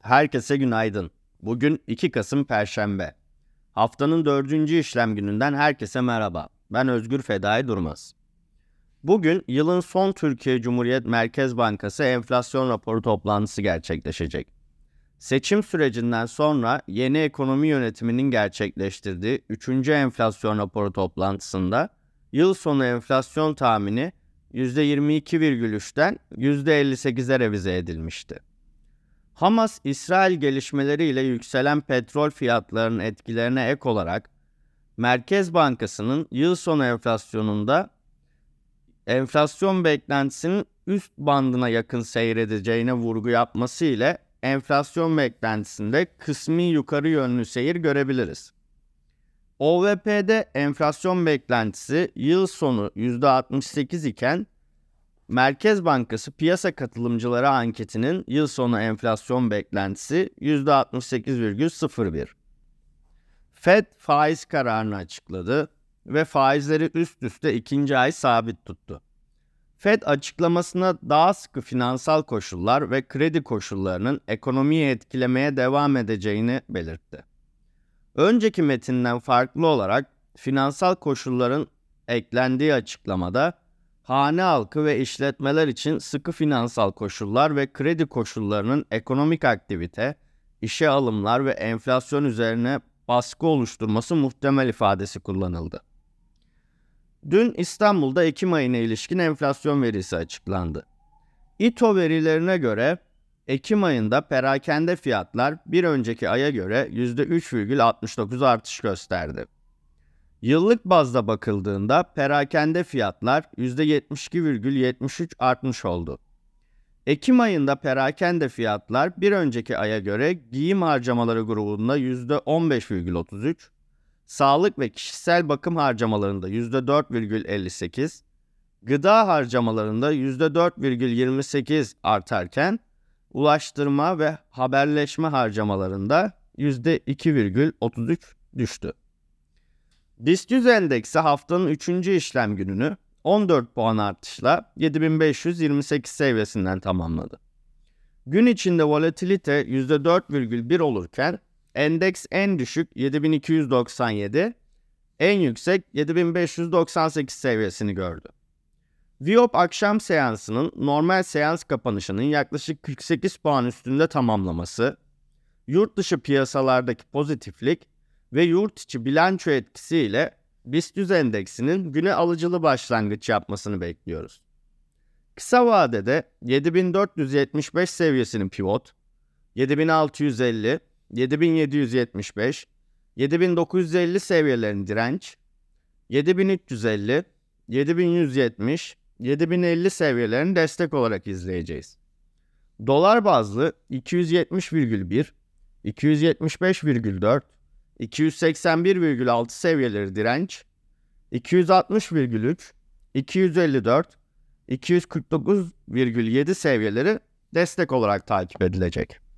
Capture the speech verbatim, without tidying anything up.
Herkese günaydın. Bugün iki Kasım Perşembe. Haftanın dördüncü işlem gününden herkese merhaba. Ben Özgür Fedai Durmaz. Bugün yılın son Türkiye Cumhuriyet Merkez Bankası enflasyon raporu toplantısı gerçekleşecek. Seçim sürecinden sonra yeni ekonomi yönetiminin gerçekleştirdiği üçüncü enflasyon raporu toplantısında yıl sonu enflasyon tahmini yüzde yirmi iki virgül üçten yüzde elli sekize revize edilmişti. Hamas-İsrail gelişmeleriyle yükselen petrol fiyatlarının etkilerine ek olarak Merkez Bankası'nın yıl sonu enflasyonunda enflasyon beklentisinin üst bandına yakın seyredeceğine vurgu yapması ile enflasyon beklentisinde kısmi yukarı yönlü seyir görebiliriz. O V P'de enflasyon beklentisi yıl sonu yüzde altmış sekiz iken Merkez Bankası piyasa katılımcıları anketinin yıl sonu enflasyon beklentisi yüzde altmış sekiz virgül sıfır bir. Fed faiz kararını açıkladı ve faizleri üst üste ikinci ay sabit tuttu. Fed açıklamasına daha sıkı finansal koşullar ve kredi koşullarının ekonomiyi etkilemeye devam edeceğini belirtti. Önceki metinden farklı olarak finansal koşulların eklendiği açıklamada hane halkı ve işletmeler için sıkı finansal koşullar ve kredi koşullarının ekonomik aktivite, işe alımlar ve enflasyon üzerine baskı oluşturması muhtemel ifadesi kullanıldı. Dün İstanbul'da Ekim ayına ilişkin enflasyon verisi açıklandı. İTO verilerine göre Ekim ayında perakende fiyatlar bir önceki aya göre yüzde üç virgül altmış dokuz artış gösterdi. Yıllık bazda bakıldığında perakende fiyatlar yüzde yetmiş iki virgül yetmiş üç artmış oldu. Ekim ayında perakende fiyatlar bir önceki aya göre giyim harcamaları grubunda yüzde on beş virgül otuz üç, sağlık ve kişisel bakım harcamalarında yüzde dört virgül elli sekiz, gıda harcamalarında yüzde dört virgül yirmi sekiz artarken ulaştırma ve haberleşme harcamalarında yüzde iki virgül otuz üç düştü. BIST yüz endeksi haftanın üçüncü işlem gününü on dört puan artışla yedi bin beş yüz yirmi sekiz seviyesinden tamamladı. Gün içinde volatilite yüzde dört virgül bir olurken endeks en düşük yedi bin iki yüz doksan yedi, en yüksek yedi bin beş yüz doksan sekiz seviyesini gördü. Viyop akşam seansının normal seans kapanışının yaklaşık kırk sekiz puan üstünde tamamlaması, yurt dışı piyasalardaki pozitiflik ve yurt içi bilanço etkisiyle BIST yüz endeksinin güne alıcılı başlangıç yapmasını bekliyoruz. Kısa vadede yedi bin dört yüz yetmiş beş seviyesinin pivot, yedi bin altı yüz elli, yedi bin yedi yüz yetmiş beş, yedi bin dokuz yüz elli seviyelerin direnç, yedi bin üç yüz elli, yedi bin yüz yetmiş, yedi bin elli seviyelerini destek olarak izleyeceğiz. Dolar bazlı iki yüz yetmiş virgül bir, iki yüz yetmiş beş virgül dört, iki yüz seksen bir virgül altı seviyeleri direnç, iki yüz altmış virgül üç, iki yüz elli dört, iki yüz kırk dokuz virgül yedi seviyeleri destek olarak takip edilecek.